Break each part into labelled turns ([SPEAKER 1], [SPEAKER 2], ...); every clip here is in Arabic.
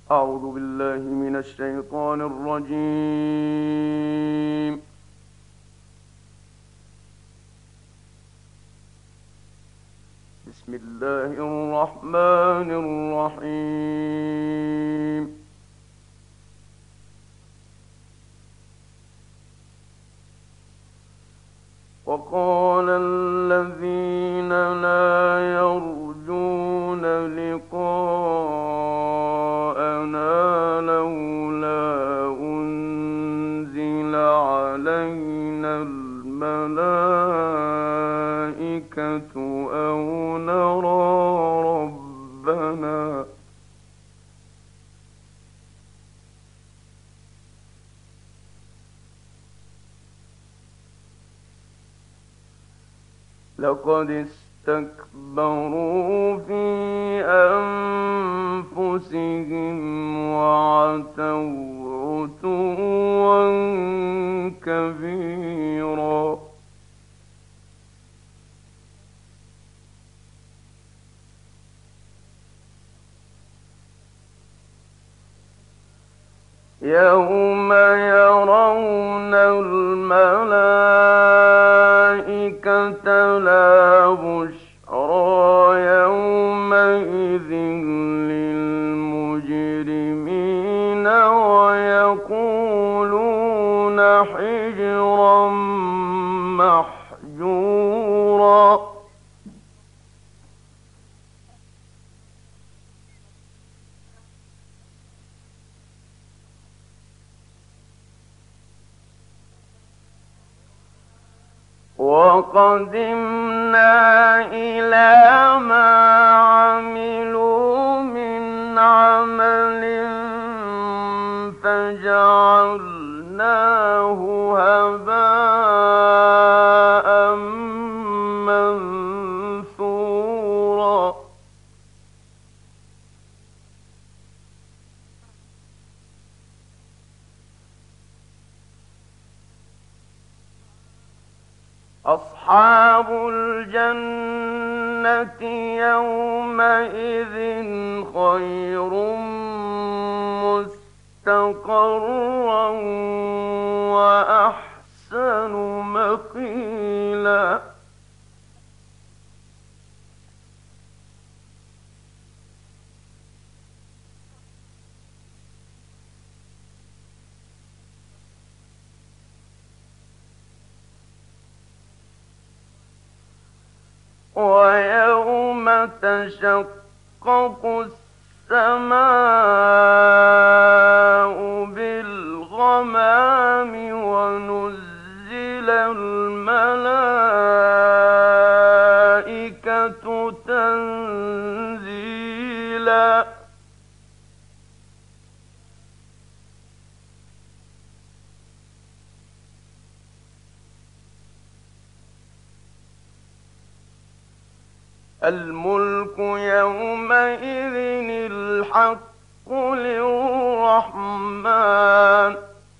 [SPEAKER 1] أعوذ بالله من الشيطان الرجيم. بسم الله الرحمن الرحيم. وقال الذين لا يرجون لقاءنا لولا أنزل علينا الملائكة أو نرى ربنا. لقد استكبروا في أنفسهم وعتوا عتوا كبيرا. يوم يرون الملائكة لا بشرى يومئذ للمجرمين ويقولون حجرا محجورا. وقدمنا إلى ما عملوا من عمل فجعلناه هباء منثورا. أصحاب الجنة يومئذ خير مستقرا وأحسن مقيلا. ويوم تشقق السماء بالغمام ونزل الملائكة تنزيلا. الملك يومئذ الحق للرحمن.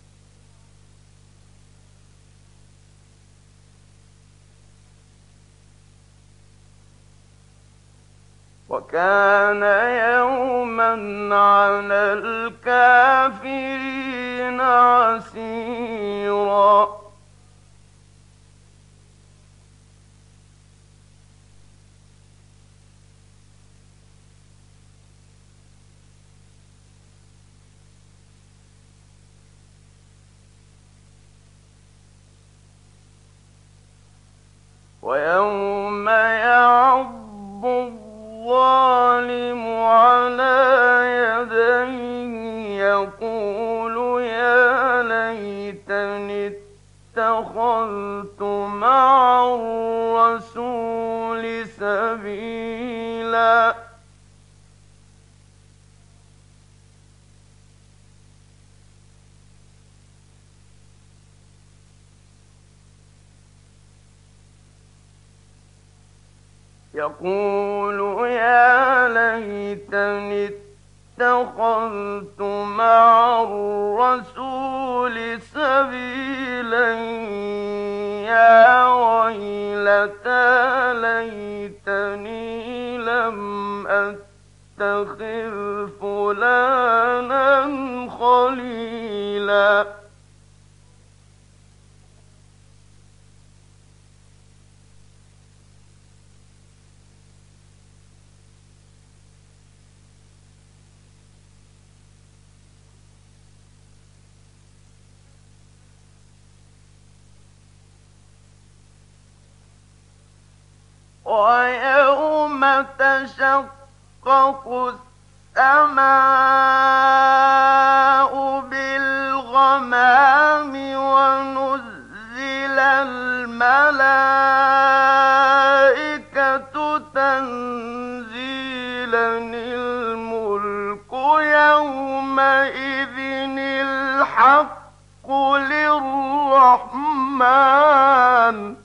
[SPEAKER 1] وكان يوما على الكافرين عسيرا. ويوم يعض الظالم على يديه يقول يا ليتني اتخذت مع الرسول سبيلا. يقول يا ليتني اتخذت مع الرسول سبيلا يا ويلتى ليتني لم أتخذ فلانا ويوم تشقق السماء بالغمام ونزل الملائكة تنزيلا الملك يومئذ الحق للرحمن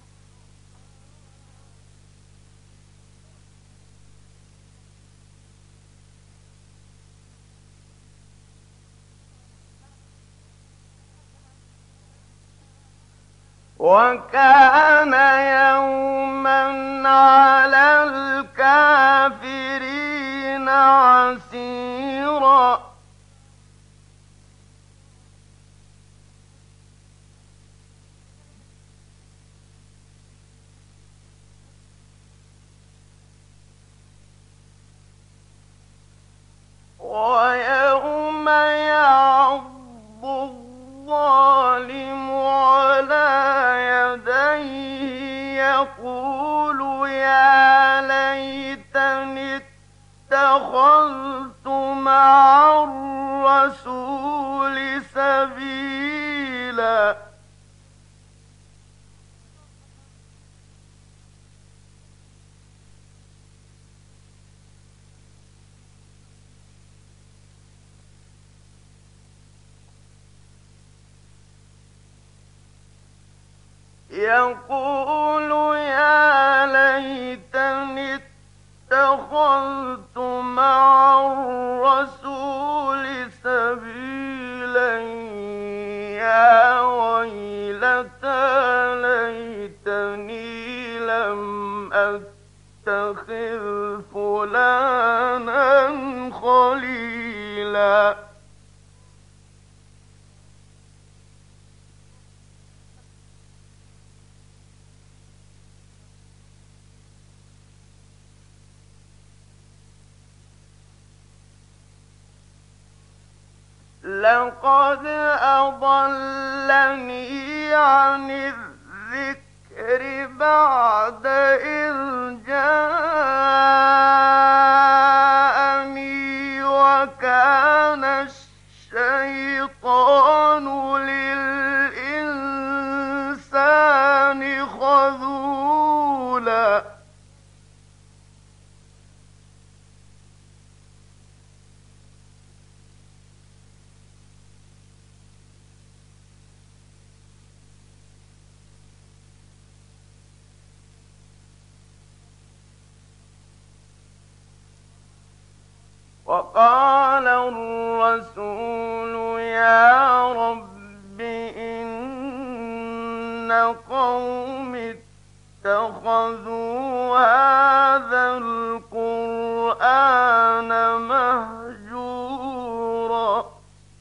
[SPEAKER 1] وكان يوما على الكافرين عسيرا ويوم يعض الظالم على يديه يقول يا ليتني اتخذت مع الرسول سبيلا يقول يا ليتني اتخذت مع الرسول سبيلا يا ويلتى ليتني لم أتخذ فلانا خليلا لقد أضلني عن الذكر بعد إذ جاءني وكان الشيطان للإنسان خذولا وقال الرسول يا رب إن قوم اتخذوا هذا القرآن مهجورا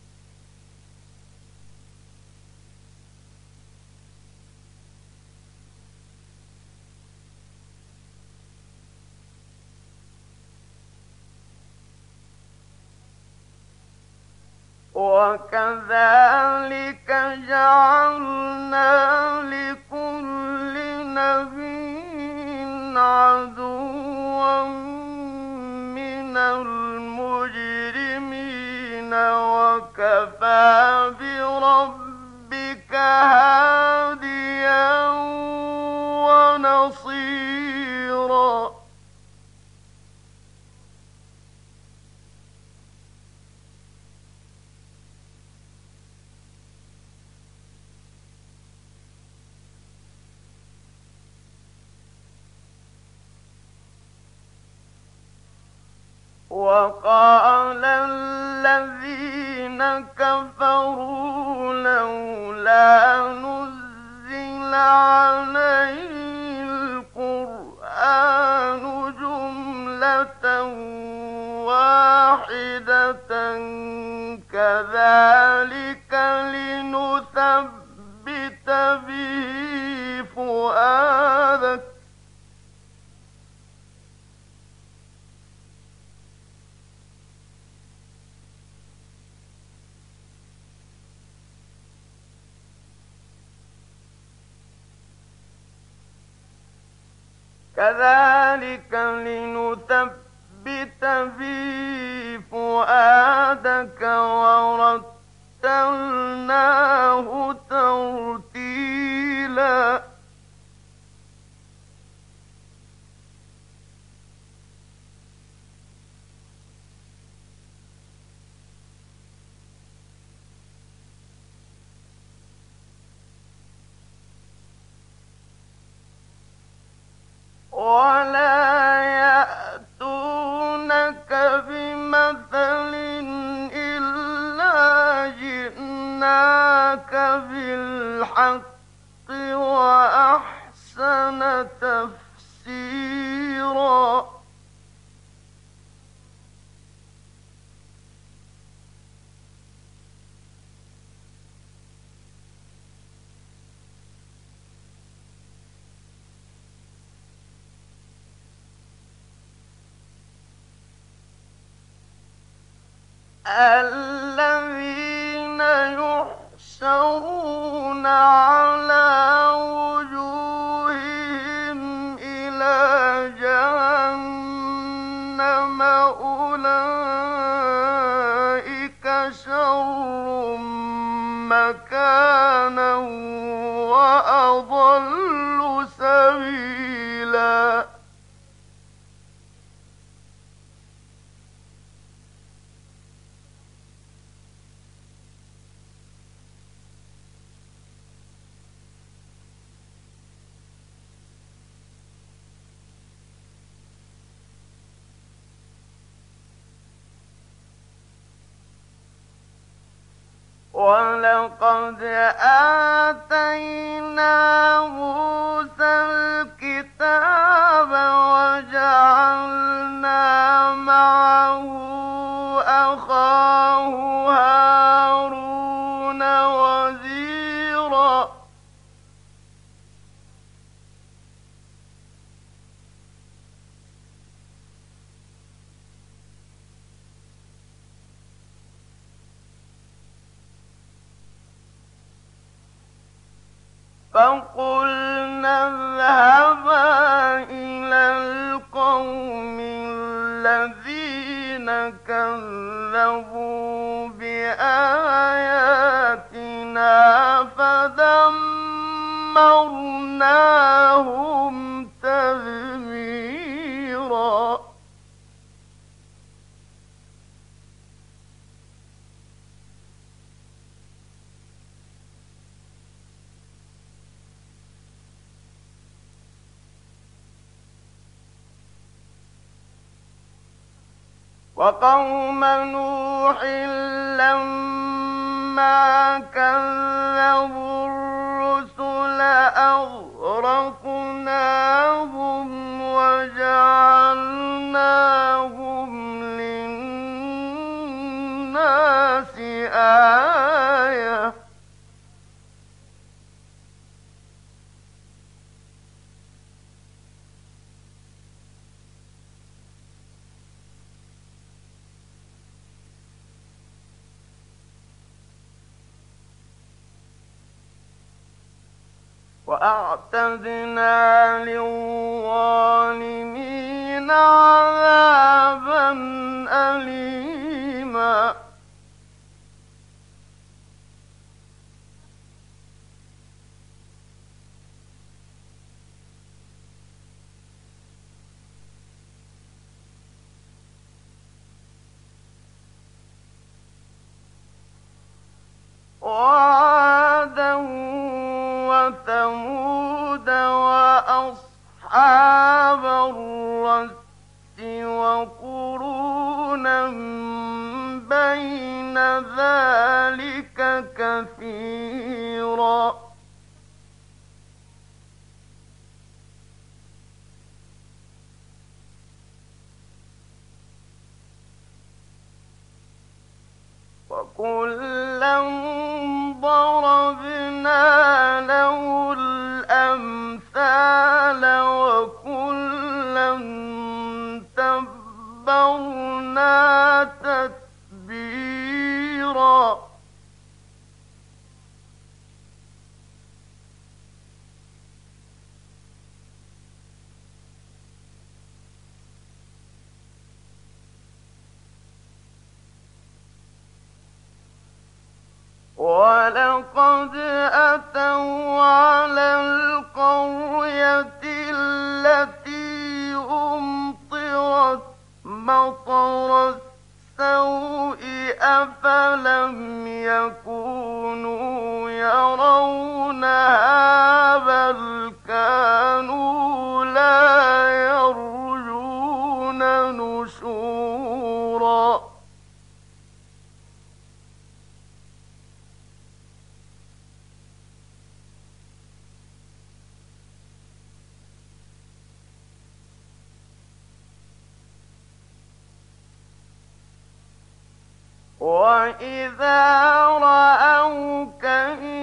[SPEAKER 1] وكذلك جعلنا لكل نبي عدوا من المجرمين وكفى بربك هاديا ونصيرا وقال الذين كفروا لولا نزل عليه القرآن جملة واحدة كذلك لنثبت به فؤادك كذلك لنثبت به فؤادك ورتلناه ترتيلا ولا يأتونك بمثل إلا جئناك بالحق وأحسن تفسيرا الذين يحشرون على وجوههم إلى جهنم أولئك شر مكانا وأضل سبيلا ولقد آتينا موسى الكتاب وجعلنا معه أخاه هارون وزيرا فقلنا اذهبا إلى القوم الذين كذبوا بآياتنا فدمرناهم تدميرا وقوم نوح لما كذبوا الرسل أغرقناهم وجعلناهم للناس آية وأعتدنا للظالمين عذابا أليما وعادا وثمود وأصحاب الرس وقرونا بين ذلك كثيرا وكلا ضربنا له الأمثال وكلا تبرنا تتبيرا وَلَقَدْ أَتَوْا عَلَى الْقَرْيَةِ الَّتِي أُمْطِرَتْ مَطَرَ السَّوْءِ أَفَلَمْ يَكُونُوا يَرَوْنَهَا بَلْ كَانُوا لَا يَرْجُونَ نُشُورًا وَإِذَا رَأَوْكَ إِن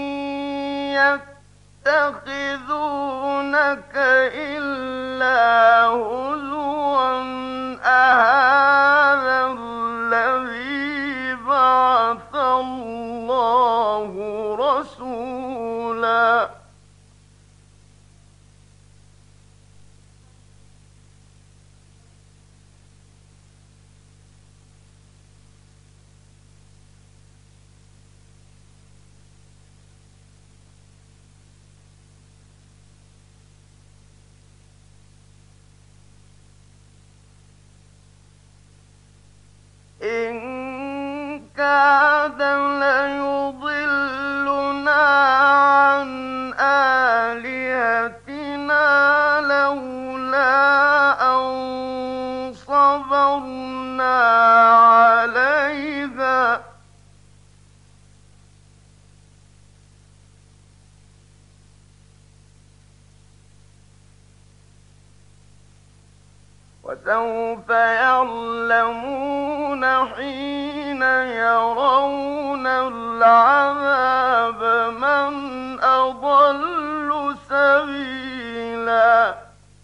[SPEAKER 1] يَتَّخِذُونَكَ إِلَّا هُزُوًا أَهَٰذَا الَّذِي بَعَثَ اللَّهُ رَسُولًا إِن كَادَ لَيُضِلُّنَا عَنْ آلِهَتِنَا لَوْلَا أَن صَبَرْنَا عَلَيْهَا وَسَوْفَ يَعْلَمُونَ حِينَ يَرَوْنَ الْعَذَابَ مَنْ أَضَلُّ سَبِيلًا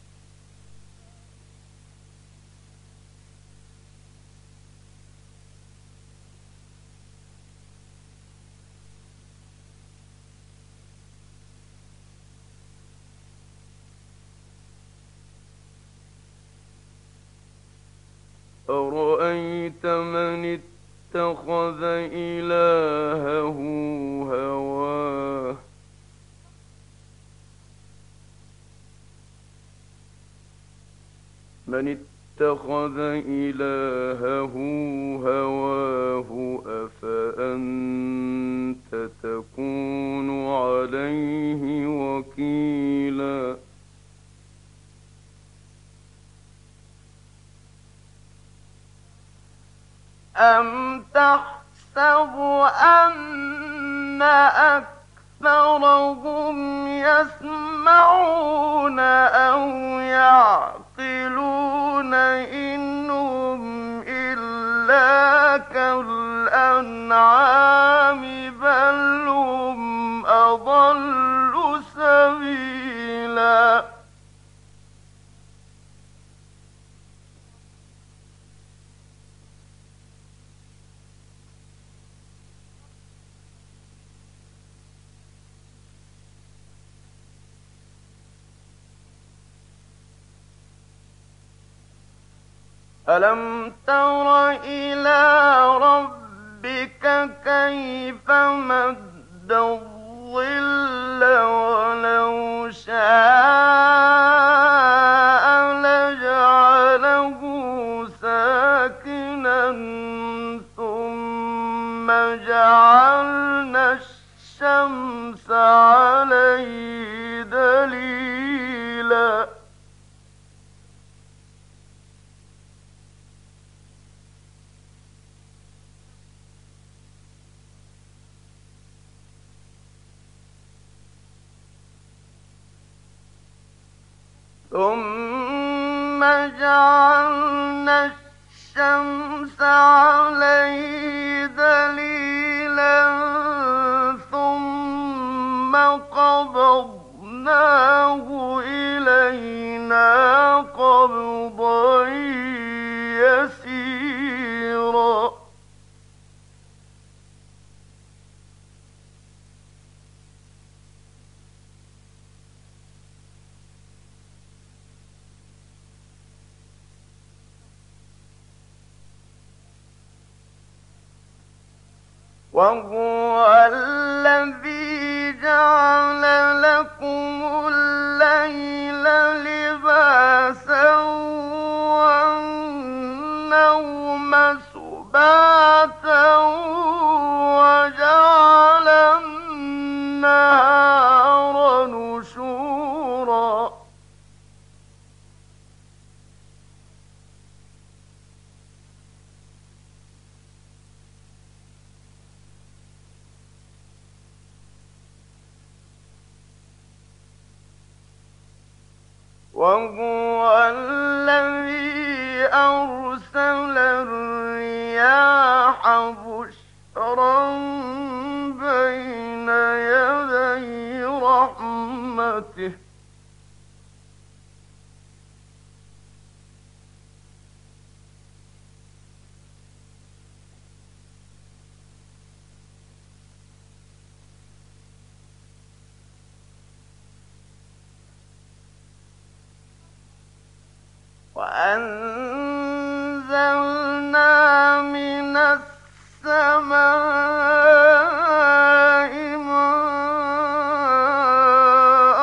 [SPEAKER 1] أَرَأَيْتَ مَنِ اتَّخَذَ إِلَٰهَهُ هَوَاهُ أَفَأَنتَ تَكُونُ عَلَيْهِ وَكِيلًا أَمْ تَحْسَبُ أَنَّ أَكْثَرَهُمْ يَسْمَعُونَ أَوْ يَعْقِلُونَ إِنْ هُمْ إِلَّا كَالْأَنْعَامِ بَلْ هُمْ أَضَلُّ سَبِيلًا أَلَمْ تَرَ إِلَىٰ رَبِّكَ كَيْفَ مَدَّ الظِّلَّ وَلَوْ شَاءَ لَجَعَلَهُ سَاكِنًا ثُمَّ جَعَلْنَا الشَّمْسَ عَلَيْهِ دَلِيلًا ثُمَّ جَعَلْنَا الشَّمْسَ عَلَيْهِ دَلِيلًا ثُمَّ قَبَضْنَاهُ إِلَيْنَا قَبْضًا يَسِيرًا وهو الذي جعل لكم الليل لباسا والنوم سباتا وجعل النهار نشورا وهو الذي أرسل الرياح بشرا بين يدي رحمته وأنزلنا من السماء ماء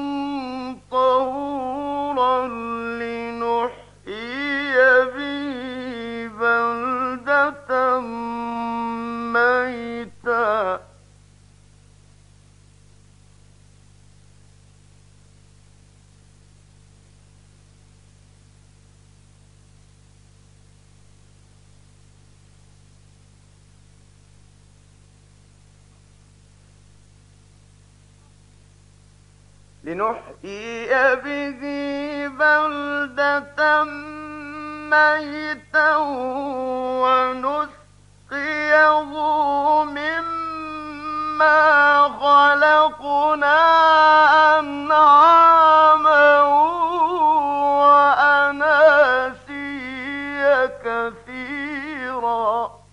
[SPEAKER 1] طهورا لنحيي به بلدة ميتا بلدة ميتا ونسقيه مما خلقنا أنعاما وأناسيا كثيرا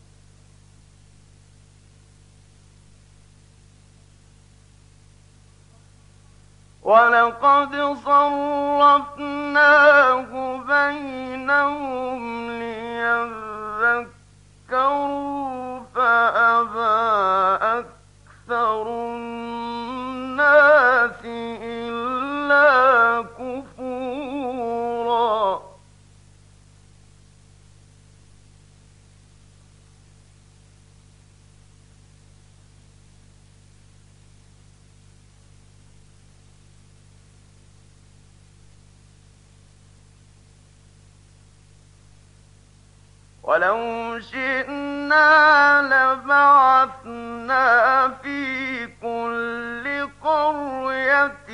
[SPEAKER 1] ولقد صرفناه بينهم ليذكروا فأبى أكثر الناس إلا كفورا ولو شئنا لبعثنا في كل قرية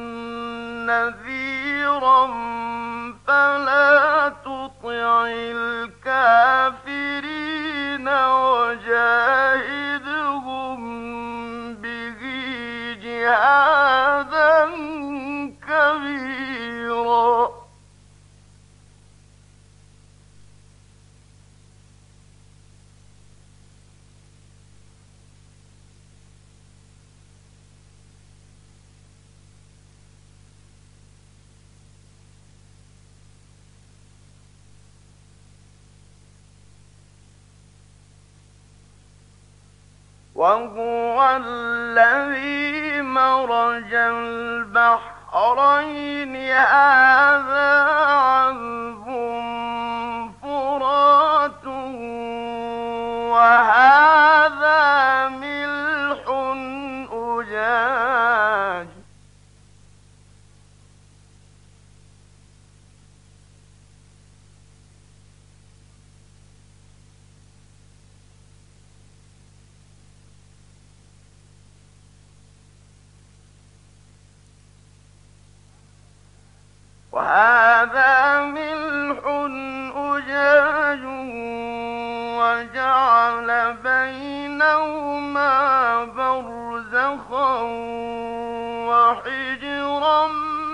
[SPEAKER 1] نذيرا فلا تطع الكافرين وجاهدهم به جهادا كبيرا وهو الذي مرج البحرين هذا عذب فرات وهذا ملح أجاج وجعل بينهما برزخا وحجرا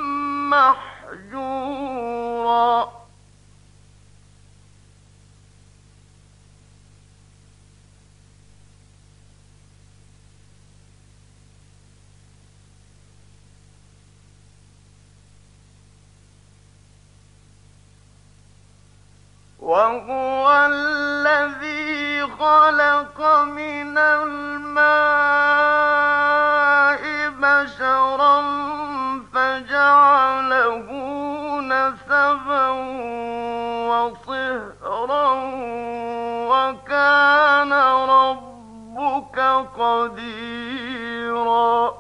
[SPEAKER 1] محجورا وهو الذي خلق من الماء بشرا فجعله نسبا وصهرا وكان ربك قديرا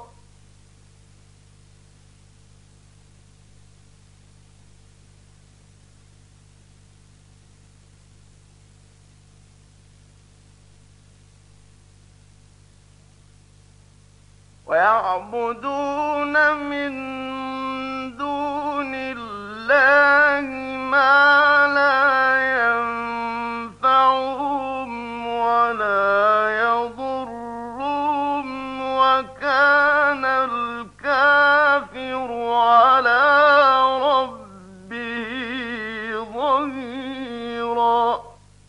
[SPEAKER 1] ويعبدون من دون الله ما لا ينفعهم ولا يضرهم وكان الكافر على ربه ظهيرا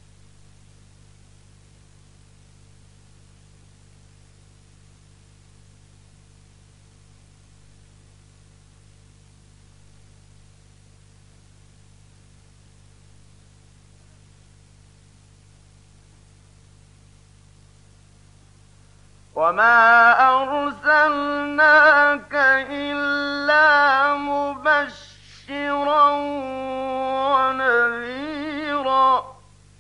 [SPEAKER 1] وما أرسلناك إلا مبشرا ونذيرا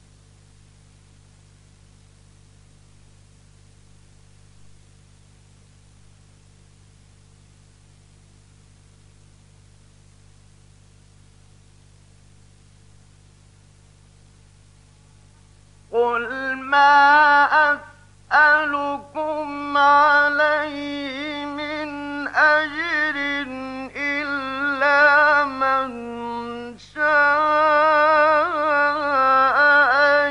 [SPEAKER 1] قل ما أسألكم عليه من أجر إلا من شاء أن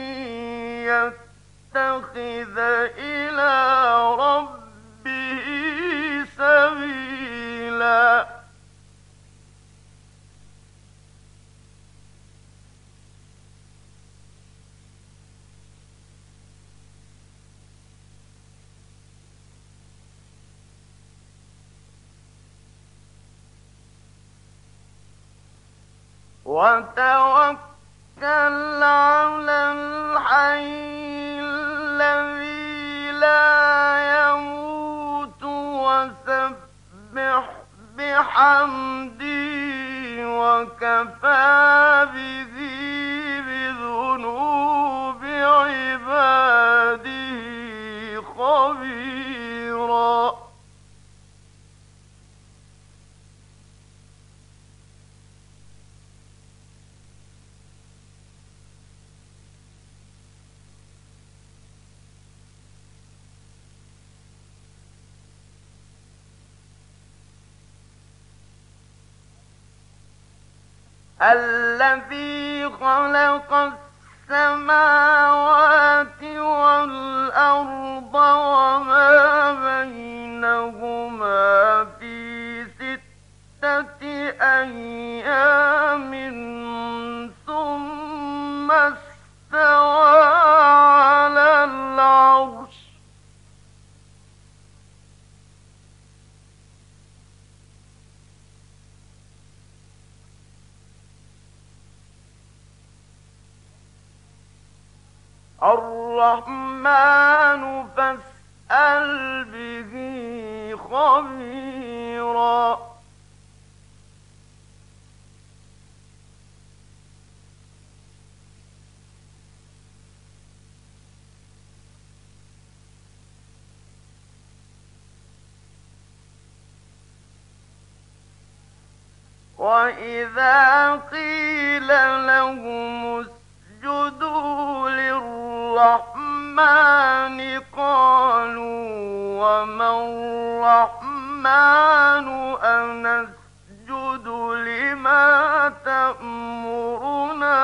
[SPEAKER 1] يتخذ إلى ربه سبيلا وتوكل على الحي الذي لا يموت وسبح بحمده وكفى به بذنوب عباده خبيرا الذي خلق السماوات والأرض وما بينهما في 6 أيام ثم استوى على العرش الرحمن فاسأل به خبيرا وإذا قيل لهم اسجدوا للرحمن قالوا وما الرحمن أنسجد لما تأمرنا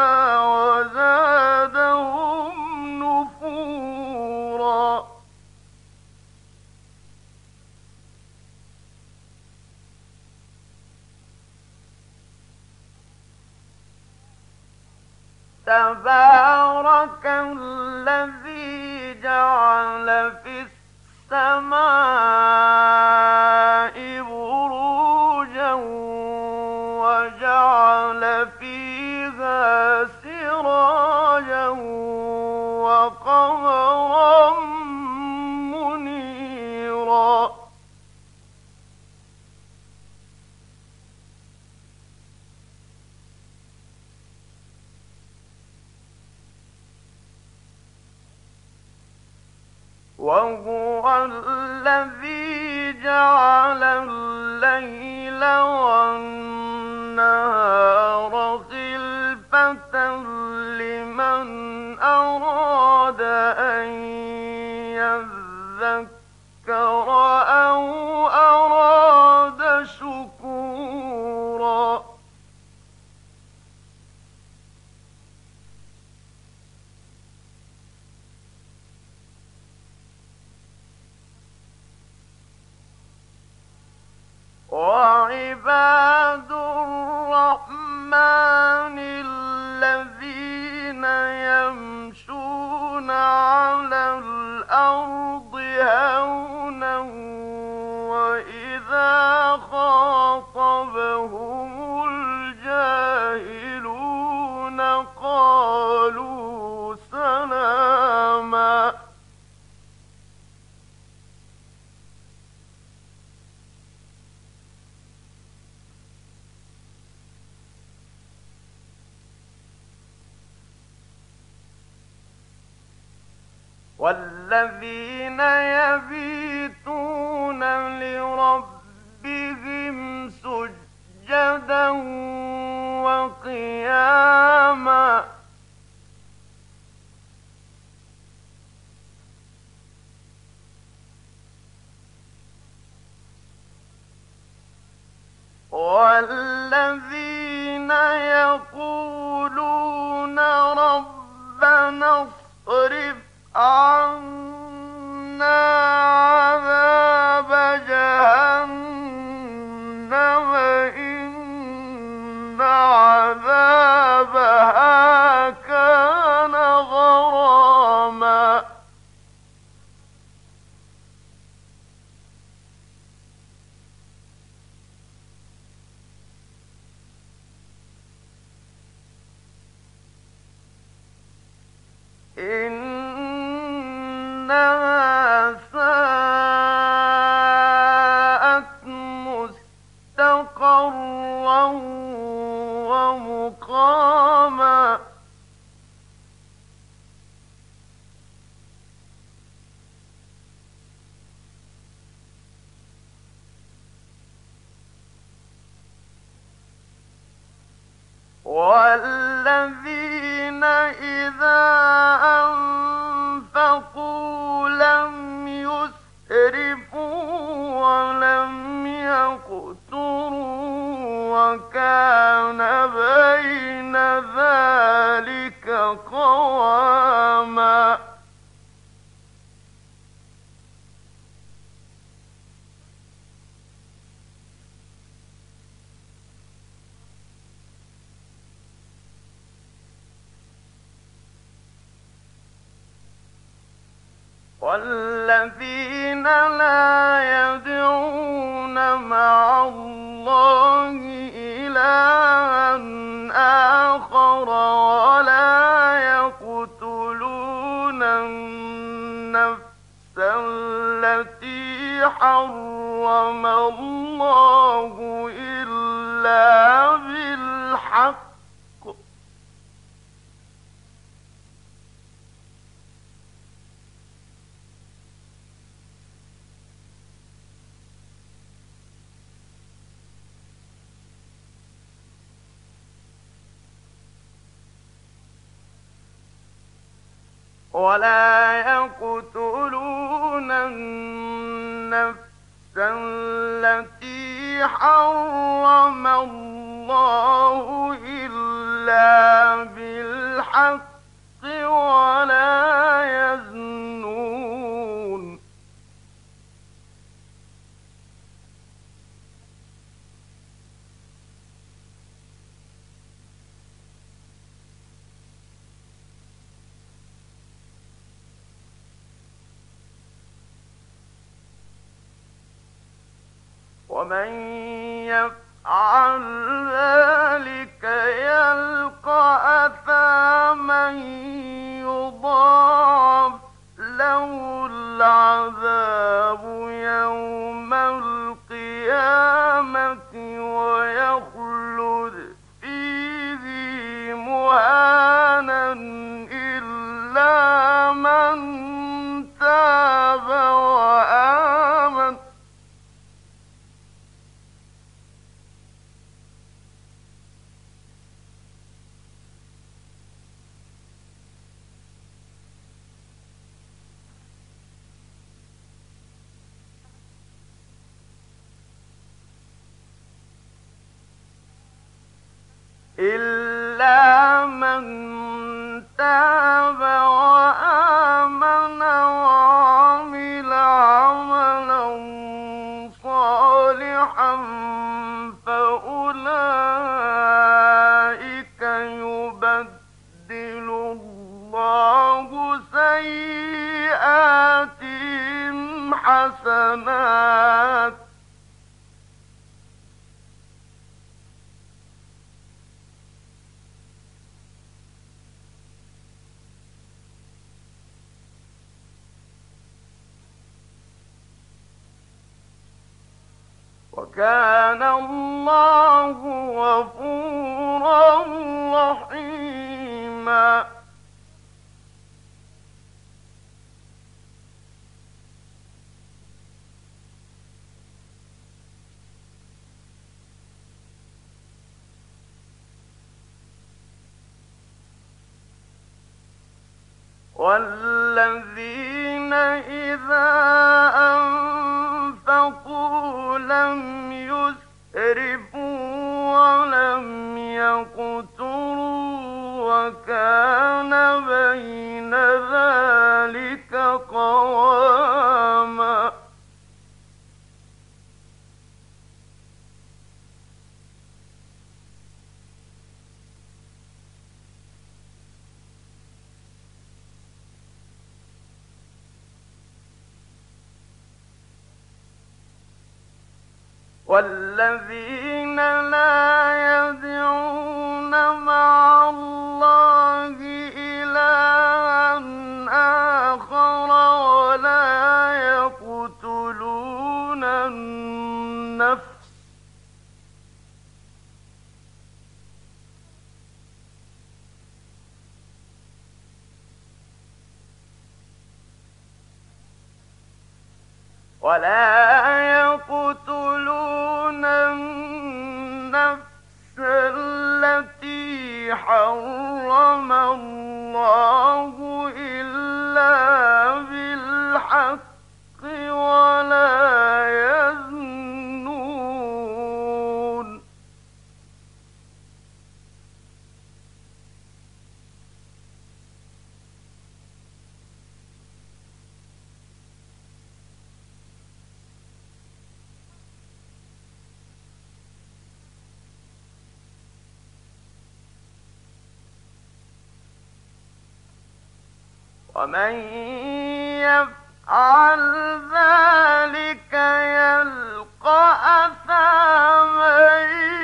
[SPEAKER 1] وزادهم نفورا تبارك الذي جعل في السماء بروجا وجعل فيها سراجا وقمرا قمرا منيرا وهو الذي جعل الليل والنهار خلفة لمن أراد أن يذكر أو أراد شكورا وعباد الرحمن الذين يمشون على الأرض هونا وإذا خاطبهم الجاهلون قالوا سلاما والذين يبيتون لربهم سجدا وقياما والذين يقولون ربنا اصرف عنا عذاب جهنم إن عذابها كان غراما إنها ساءت مستقرا ومقاما والذين إذا أنفقوا لم يسرفوا ولم يقتروا وكان بين ذلك قواما والذين لا يدعون مع الله إلها آخر ولا يقتلون النفس التي حرم الله إلا بالحق ولا يقتلون النفس التي حرم الله إلا بالحق ولا يزنون ومن يفعل ذلك يلقى أثاما يضاعف العذاب يوم القيامة ويخلد فيه مهانا إلا من تاب وآمن وآمن وعمل عملا صالحا فأولئك يبدل الله سيئاتهم حسنات وكان الله غفورا رحيما والذين إذا أنفقوا لم يسرفوا ولم يقتروا وكان بين ذلك قواما والذين لا يدعون مع الله إلها آخر ولا يقتلون النفس التي حرم الله إلا بالحق ولا يزنون ومن يفعل ذلك يلقى أثاما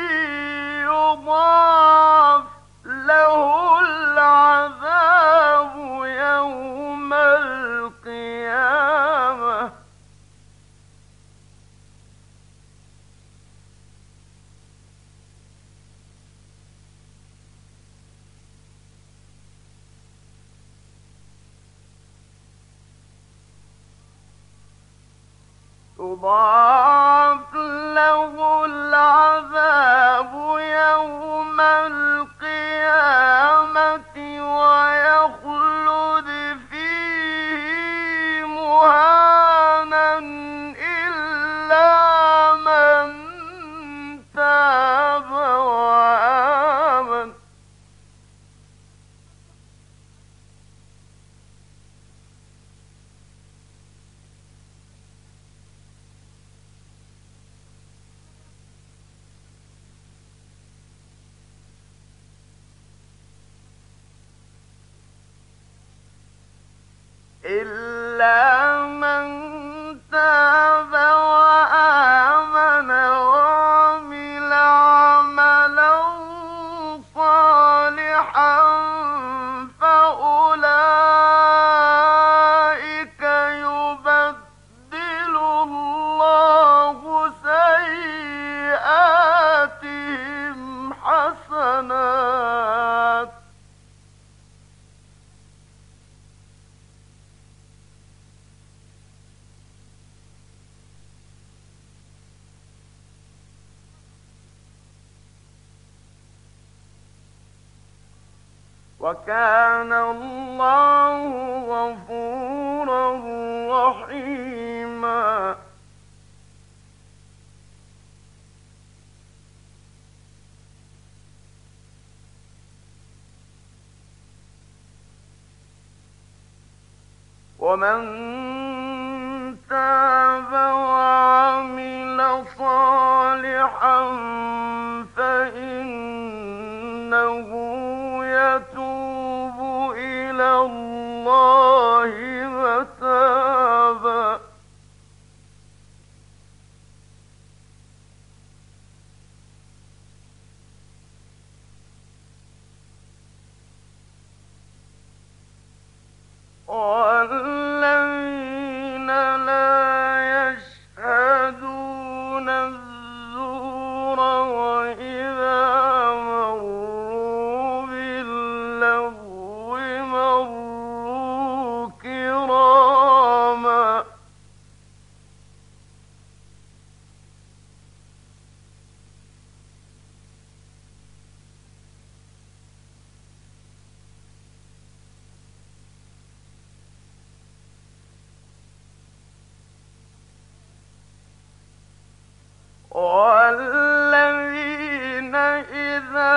[SPEAKER 1] يضاعف له العذاب يوم القيامة يضاعف له العذاب يوم القيامة ويخلد فيه مهانا إلا من تاب وآمن إلا من تاب وآمن وعمل عملا صالحا فأولئك يبدل وكان الله غفورا رحيما. ومن تاب وعمل صالحا فإنه يتوب إلى الله متابا. والذين لا يشهدون الزور وإذا مروا باللغو مروا كراما. والذين إذا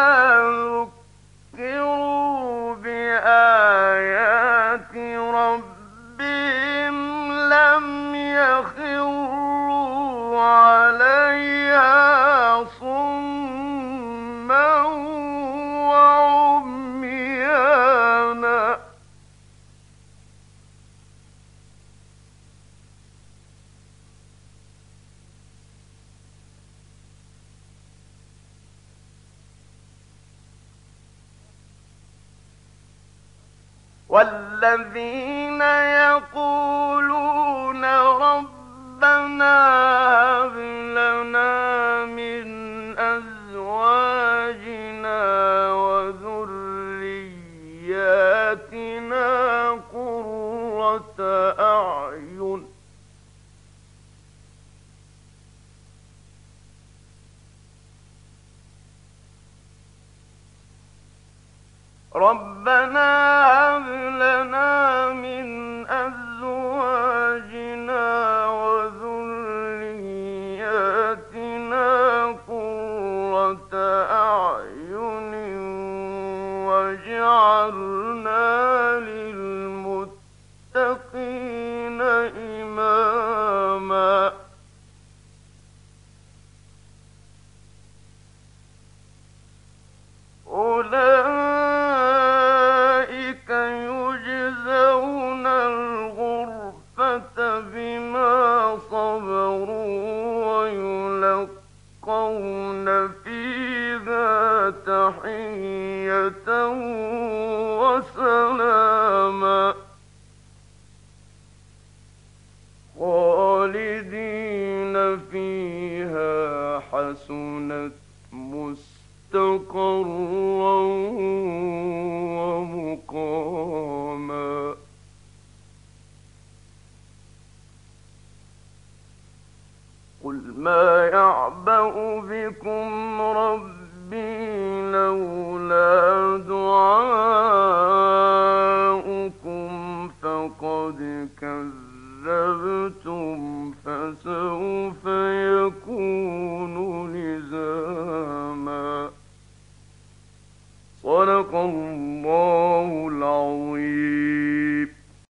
[SPEAKER 1] ذكروا بآيات ربهم لم يخروا عليها صما وعميانا. والذين يقولون ربنا هب لنا من أزواجنا وذرياتنا قرة أعين ربنا هب لنا من أزواجنا وذرياتنا قرة أعين واجعلنا للمتقين إماما. أولئك يجزون الغرفة بما صبروا ويلقون فيها تحية وسلاما خالدين فيها حسنت مستقرا ومقاما. قل ما يعبأ بكم ربي لولا دعاؤكم فقد كذبتم فسوف يكون